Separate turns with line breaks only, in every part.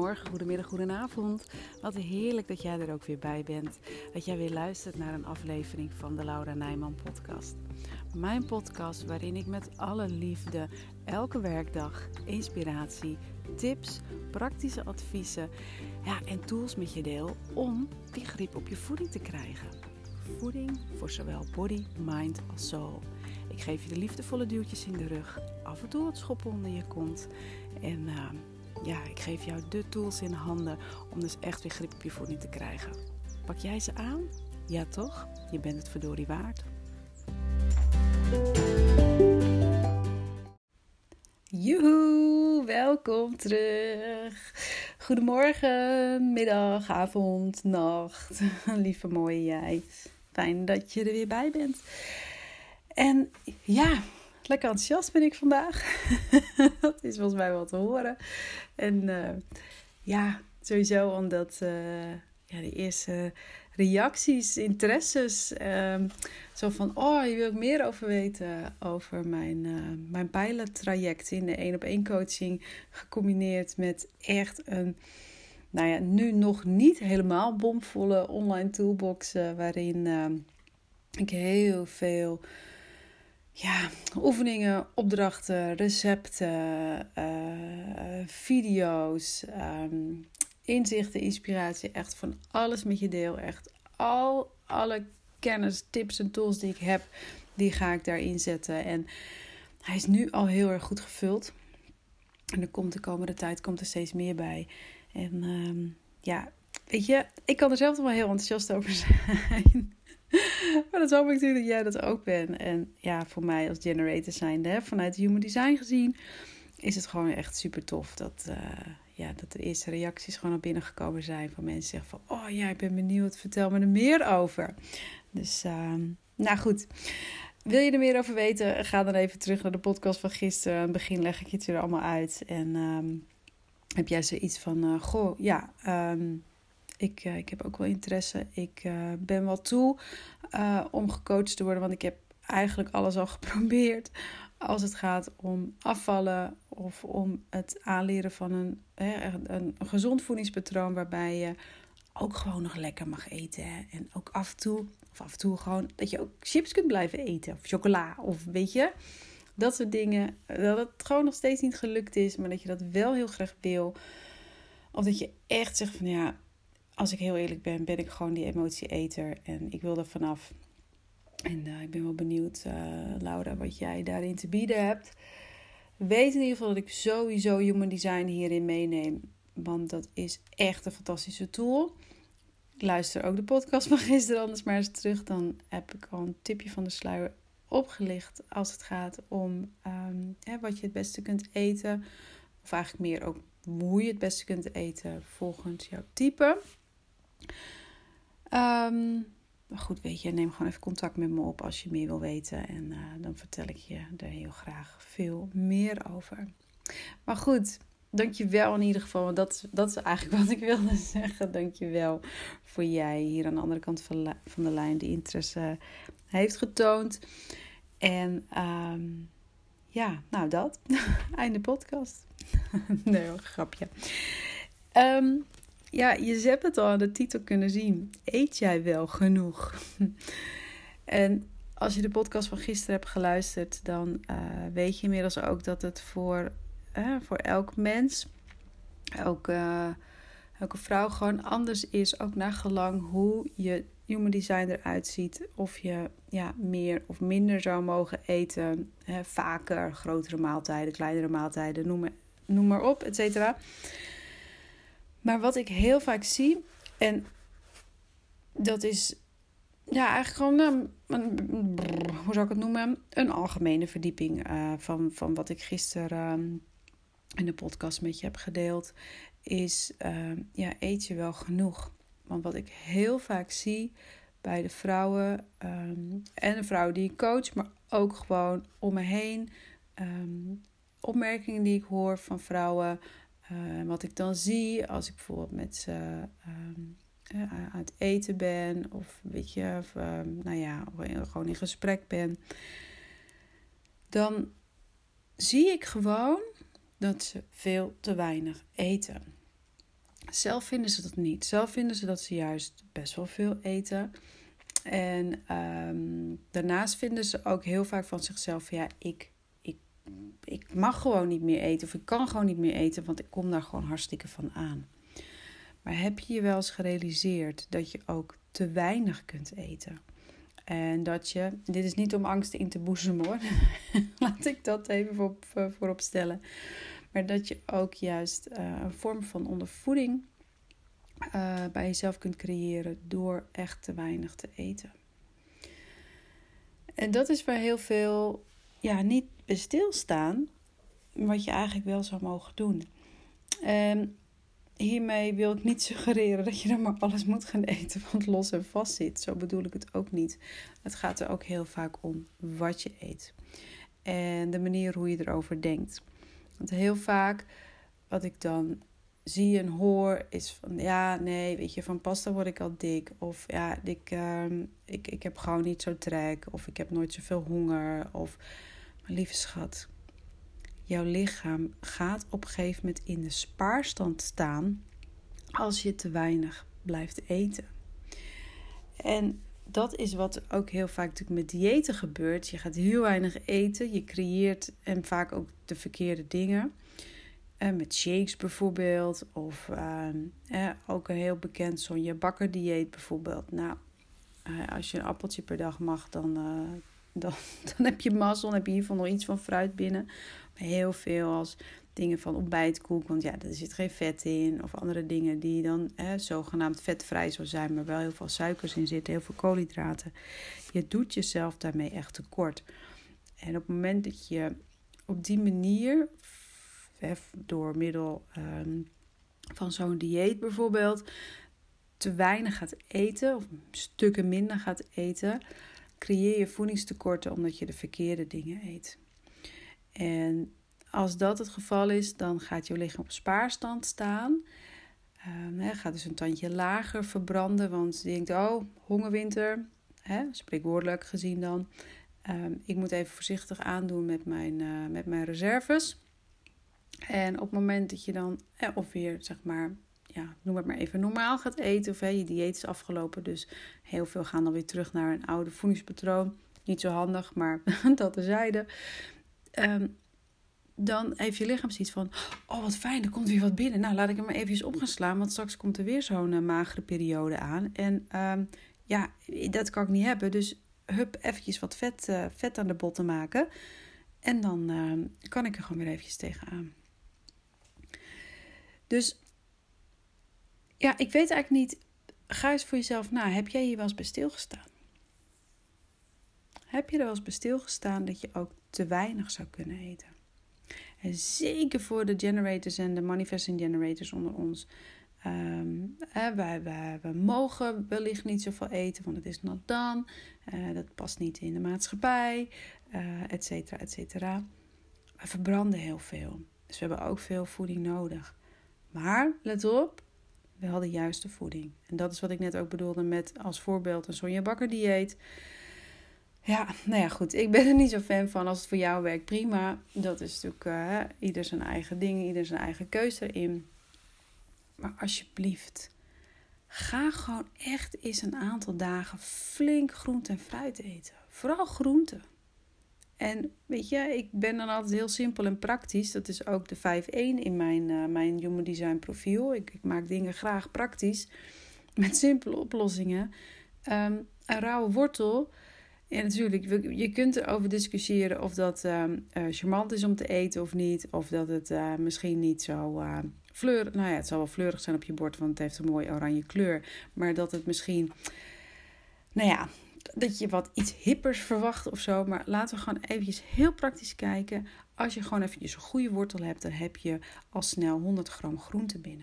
Goedemorgen, goedemiddag, goedenavond. Wat heerlijk dat jij er ook weer bij bent. Dat jij weer luistert naar een aflevering van de Laura Nijman podcast. Mijn podcast waarin ik met alle liefde elke werkdag inspiratie, tips, praktische adviezen en tools met je deel om die grip op je voeding te krijgen. Voeding voor zowel body, mind als soul. Ik geef je de liefdevolle duwtjes in de rug, af en toe wat schoppen onder je kont en ik geef jou de tools in handen om dus echt weer grip op je voeding te krijgen. Pak jij ze aan? Ja toch? Je bent het verdorie waard. Joehoe, welkom terug. Goedemorgen, middag, avond, nacht. Lieve mooie jij. Fijn dat je er weer bij bent. En lekker enthousiast ben ik vandaag. Dat is volgens mij wel te horen. En sowieso omdat de eerste reacties, interesses, zo van, je wil ik meer over weten over mijn pilottraject in de 1-op-1 coaching, gecombineerd met echt een, nu nog niet helemaal bomvolle online toolbox, waarin ik heel veel oefeningen, opdrachten, recepten, video's, inzichten, inspiratie. Echt van alles met je deel. Echt alle kennis, tips en tools die ik heb, die ga ik daarin zetten. En hij is nu al heel erg goed gevuld. En er komt de komende tijd steeds meer bij. En weet je, ik kan er zelf wel heel enthousiast over zijn. Maar dat hoop ik natuurlijk dat jij dat ook bent. En voor mij als generator zijnde, vanuit Human Design gezien, is het gewoon echt super tof dat de eerste reacties gewoon al binnengekomen zijn van mensen zeggen van, ik ben benieuwd, vertel me er meer over. Dus, goed. Wil je er meer over weten? Ga dan even terug naar de podcast van gisteren. Aan het begin leg ik het er allemaal uit. En heb jij zoiets van, ik heb ook wel interesse. Ik ben wel toe om gecoacht te worden. Want ik heb eigenlijk alles al geprobeerd. Als het gaat om afvallen of om het aanleren van een gezond voedingspatroon. Waarbij je ook gewoon nog lekker mag eten. Hè? En ook af en toe gewoon dat je ook chips kunt blijven eten. Of chocola. Of weet je. Dat soort dingen. Dat het gewoon nog steeds niet gelukt is. Maar dat je dat wel heel graag wil. Of dat je echt zegt van als ik heel eerlijk ben, ben ik gewoon die emotieeter. En ik wil er vanaf. En ik ben wel benieuwd, Laura, wat jij daarin te bieden hebt. Weet in ieder geval dat ik sowieso Human Design hierin meeneem. Want dat is echt een fantastische tool. Ik luister ook de podcast van gisteren anders maar eens terug. Dan heb ik al een tipje van de sluier opgelicht. Als het gaat om wat je het beste kunt eten. Of eigenlijk meer ook hoe je het beste kunt eten volgens jouw type. Maar goed, weet je, neem gewoon even contact met me op als je meer wil weten. En dan vertel ik je er heel graag veel meer over. Maar goed, dankjewel in ieder geval. Want dat is eigenlijk wat ik wilde zeggen. Dankjewel voor jij hier aan de andere kant van de lijn die interesse heeft getoond. En dat. Einde podcast. Nee, grapje. Je hebt het al aan de titel kunnen zien. Eet jij wel genoeg? En als je de podcast van gisteren hebt geluisterd, dan weet je inmiddels ook dat het voor elk mens, elke vrouw gewoon anders is. Ook naar gelang hoe je Human Design eruit ziet. Of je meer of minder zou mogen eten. Vaker, grotere maaltijden, kleinere maaltijden, noem maar op, et cetera. Maar wat ik heel vaak zie, en dat is eigenlijk gewoon, hoe zou ik het noemen? Een algemene verdieping van wat ik gisteren in de podcast met je heb gedeeld, is eet je wel genoeg? Want wat ik heel vaak zie bij de vrouwen en de vrouwen die ik coach, maar ook gewoon om me heen, opmerkingen die ik hoor van vrouwen. Wat ik dan zie als ik bijvoorbeeld met ze aan het eten ben. Of weet je, gewoon in gesprek ben. Dan zie ik gewoon dat ze veel te weinig eten. Zelf vinden ze dat niet. Zelf vinden ze dat ze juist best wel veel eten. En daarnaast vinden ze ook heel vaak van zichzelf... ja, ik mag gewoon niet meer eten. Of ik kan gewoon niet meer eten, want ik kom daar gewoon hartstikke van aan. Maar heb je je wel eens gerealiseerd dat je ook te weinig kunt eten? En dat je... Dit is niet om angst in te boezemen hoor. Laat ik dat even voorop stellen. Maar dat je ook juist een vorm van ondervoeding bij jezelf kunt creëren door echt te weinig te eten. En dat is waar heel veel niet bij stilstaan, wat je eigenlijk wel zou mogen doen. Hiermee wil ik niet suggereren dat je dan maar alles moet gaan eten wat los en vast zit. Zo bedoel ik het ook niet. Het gaat er ook heel vaak om wat je eet. En de manier hoe je erover denkt. Want heel vaak wat ik dan zie en hoor is van... ja, nee, weet je, van pasta word ik al dik. Of ja, ik heb gewoon niet zo trek. Of ik heb nooit zoveel honger. Of, mijn lieve schat, jouw lichaam gaat op een gegeven moment in de spaarstand staan als je te weinig blijft eten. En dat is wat ook heel vaak natuurlijk met diëten gebeurt. Je gaat heel weinig eten, je creëert en vaak ook de verkeerde dingen. Met shakes bijvoorbeeld, of ook een heel bekend Sonja Bakker dieet bijvoorbeeld. Nou, als je een appeltje per dag mag, dan heb je mazzel. Dan heb je in ieder geval nog iets van fruit binnen. Maar heel veel als dingen van ontbijtkoek, want ja, er zit geen vet in. Of andere dingen die dan zogenaamd vetvrij zou zijn, maar wel heel veel suikers in zitten, heel veel koolhydraten. Je doet jezelf daarmee echt tekort. En op het moment dat je op die manier, door middel van zo'n dieet bijvoorbeeld, te weinig gaat eten, of stukken minder gaat eten, creëer je voedingstekorten omdat je de verkeerde dingen eet. En als dat het geval is, dan gaat je lichaam op spaarstand staan. Gaat dus een tandje lager verbranden, want je denkt, oh, hongerwinter, spreekwoordelijk gezien dan. Ik moet even voorzichtig aandoen met mijn reserves. En op het moment dat je dan, of weer zeg maar, noem het maar even, normaal gaat eten, of je dieet is afgelopen, dus heel veel gaan dan weer terug naar een oude voedingspatroon. Niet zo handig, maar dat terzijde. Dan heeft je lichaam zoiets van, oh wat fijn, er komt weer wat binnen. Nou, laat ik hem maar eventjes op gaan slaan, want straks komt er weer zo'n magere periode aan. En dat kan ik niet hebben, dus hup, eventjes wat vet aan de botten maken. En dan kan ik er gewoon weer eventjes tegenaan. Dus ja, ik weet eigenlijk niet, ga eens voor jezelf na. Heb jij hier wel eens bij stilgestaan? Heb je er wel eens bij stilgestaan dat je ook te weinig zou kunnen eten? En zeker voor de generators en de manifesting generators onder ons. We mogen wellicht niet zoveel eten, want het is not done. Dat past niet in de maatschappij, et cetera, et cetera. We verbranden heel veel. Dus we hebben ook veel voeding nodig. Maar, let op, wel de juiste voeding. En dat is wat ik net ook bedoelde met als voorbeeld een Sonja Bakker dieet. Ja, nou ja, goed. Ik ben er niet zo fan van. Als het voor jou werkt, prima. Dat is natuurlijk ieder zijn eigen ding, ieder zijn eigen keuze erin. Maar alsjeblieft, ga gewoon echt eens een aantal dagen flink groente en fruit eten. Vooral groente. En weet je, ik ben dan altijd heel simpel en praktisch. Dat is ook de 5-1 in mijn Human Design profiel. Ik maak dingen graag praktisch. Met simpele oplossingen. Een rauwe wortel. En natuurlijk, je kunt erover discussiëren of dat charmant is om te eten of niet. Of dat het misschien niet zo fleurig... Nou ja, het zal wel fleurig zijn op je bord, want het heeft een mooie oranje kleur. Maar dat het misschien... Nou ja, dat je wat iets hippers verwacht of zo. Maar laten we gewoon eventjes heel praktisch kijken. Als je gewoon eventjes een goede wortel hebt, dan heb je al snel 100 gram groente binnen.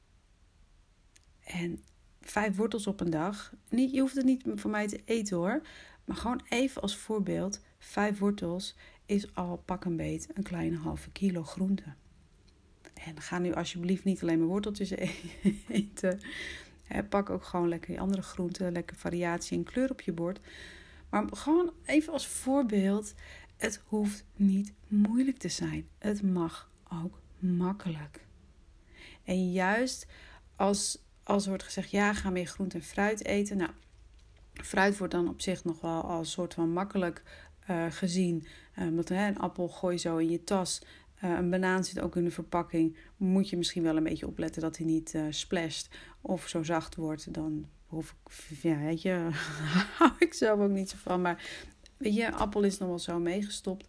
En 5 wortels op een dag. Je hoeft het niet van mij te eten hoor. Maar gewoon even als voorbeeld. 5 wortels is al pak een beet een kleine halve kilo groente. En ga nu alsjeblieft niet alleen maar worteltjes eten. Pak ook gewoon lekker die andere groenten. Lekker variatie en kleur op je bord. Maar gewoon even als voorbeeld. Het hoeft niet moeilijk te zijn. Het mag ook makkelijk. En juist als wordt gezegd, ja, ga meer groente en fruit eten. Nou, fruit wordt dan op zich nog wel als soort van makkelijk gezien. Want een appel gooi je zo in je tas. Een banaan zit ook in de verpakking. Moet je misschien wel een beetje opletten dat hij niet splasht of zo zacht wordt. Dan hoef ik, weet je, hou ik zelf ook niet zo van. Maar weet je, appel is nog wel zo meegestopt.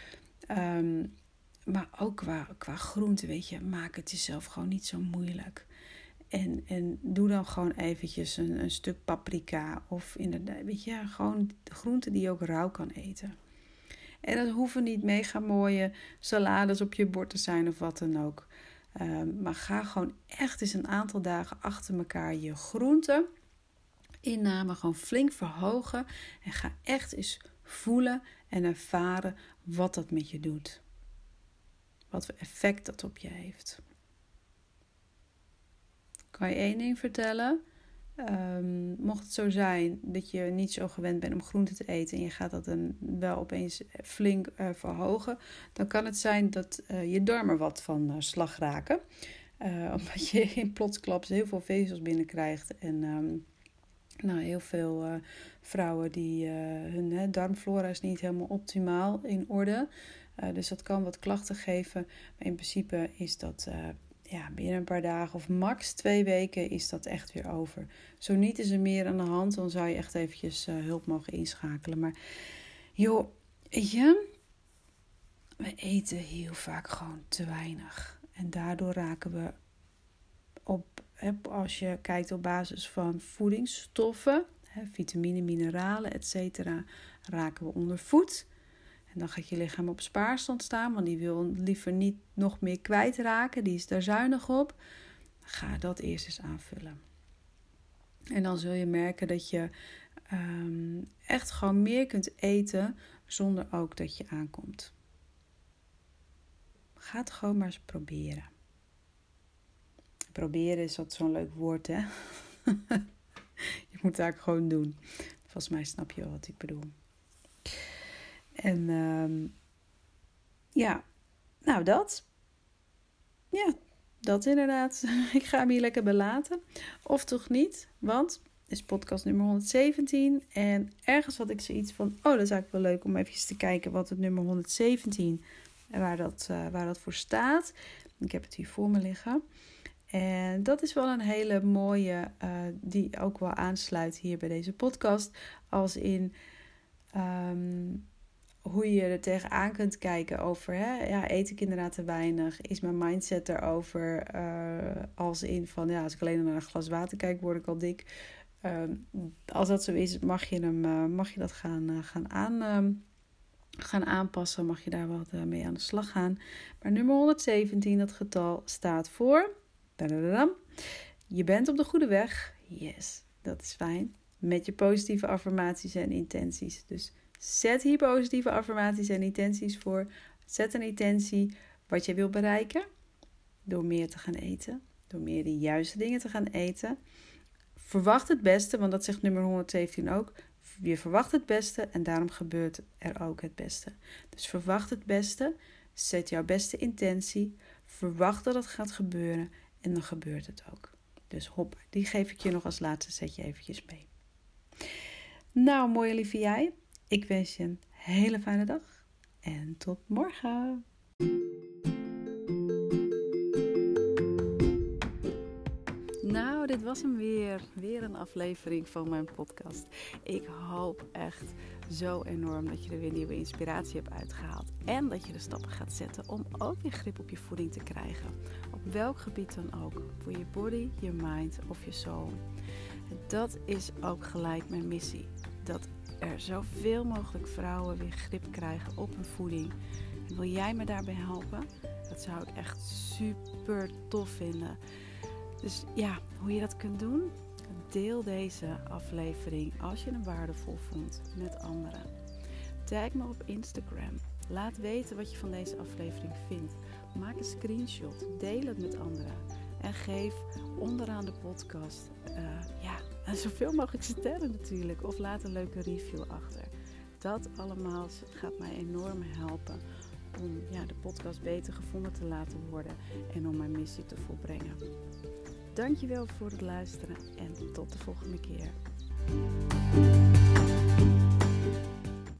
Maar ook qua groente, weet je, maak het jezelf gewoon niet zo moeilijk. En doe dan gewoon eventjes een stuk paprika. Of inderdaad, weet je, gewoon groenten die je ook rauw kan eten. En dat hoeven niet mega mooie salades op je bord te zijn of wat dan ook. Maar ga gewoon echt eens een aantal dagen achter elkaar je groenten inname gewoon flink verhogen. En ga echt eens voelen en ervaren wat dat met je doet. Wat voor effect dat op je heeft. Kan je één ding vertellen? Mocht het zo zijn dat je niet zo gewend bent om groente te eten en je gaat dat dan wel opeens flink verhogen, dan kan het zijn dat je darmen wat van slag raken. Omdat je in plotsklaps heel veel vezels binnenkrijgt en heel veel vrouwen die hun darmflora is niet helemaal optimaal in orde. Dus dat kan wat klachten geven. Maar in principe is dat binnen een paar dagen of max 2 weken is dat echt weer over. Zo niet is er meer aan de hand, dan zou je echt eventjes hulp mogen inschakelen. Maar joh, weet je, we eten heel vaak gewoon te weinig. En daardoor raken we als je kijkt op basis van voedingsstoffen, vitamine, mineralen, etc., raken we ondervoed. En dan gaat je lichaam op spaarstand staan, want die wil liever niet nog meer kwijtraken. Die is daar zuinig op. Ga dat eerst eens aanvullen. En dan zul je merken dat je echt gewoon meer kunt eten zonder ook dat je aankomt. Ga het gewoon maar eens proberen. Proberen is dat zo'n leuk woord, hè? Je moet het eigenlijk gewoon doen. Volgens mij snap je wel wat ik bedoel. En dat. Ja, dat inderdaad. Ik ga hem hier lekker belaten. Of toch niet, want het is podcast nummer 117. En ergens had ik zoiets van, dat is eigenlijk wel leuk om even te kijken wat het nummer 117, waar dat voor staat. Ik heb het hier voor me liggen. En dat is wel een hele mooie, die ook wel aansluit hier bij deze podcast. Als in hoe je er tegenaan kunt kijken over, eet ik inderdaad te weinig? Is mijn mindset erover? Als in van, als ik alleen naar een glas water kijk, word ik al dik. Als dat zo is, mag je dat gaan aanpassen. Mag je daar wat mee aan de slag gaan. Maar nummer 117, dat getal, staat voor... Je bent op de goede weg. Yes, dat is fijn. Met je positieve affirmaties en intenties. Dus zet hier positieve affirmaties en intenties voor. Zet een intentie wat je wil bereiken. Door meer te gaan eten. Door meer de juiste dingen te gaan eten. Verwacht het beste, want dat zegt nummer 117 ook. Je verwacht het beste en daarom gebeurt er ook het beste. Dus verwacht het beste. Zet jouw beste intentie. Verwacht dat het gaat gebeuren. En dan gebeurt het ook. Dus hop, die geef ik je nog als laatste setje eventjes mee. Nou, mooie lieve jij. Ik wens je een hele fijne dag. En tot morgen. Nou, dit was hem weer. Weer een aflevering van mijn podcast. Ik hoop echt zo enorm dat je er weer nieuwe inspiratie hebt uitgehaald. En dat je de stappen gaat zetten om ook weer grip op je voeding te krijgen. Op welk gebied dan ook. Voor je body, je mind of je soul. Dat is ook gelijk mijn missie. Dat er zoveel mogelijk vrouwen weer grip krijgen op hun voeding. En wil jij me daarbij helpen? Dat zou ik echt super tof vinden. Dus ja, hoe je dat kunt doen? Deel deze aflevering als je hem waardevol vond met anderen. Tag me op Instagram. Laat weten wat je van deze aflevering vindt. Maak een screenshot. Deel het met anderen. En geef onderaan de podcast zoveel mogelijk sterren natuurlijk. Of laat een leuke review achter. Dat allemaal gaat mij enorm helpen om de podcast beter gevonden te laten worden. En om mijn missie te volbrengen. Dankjewel voor het luisteren en tot de volgende keer.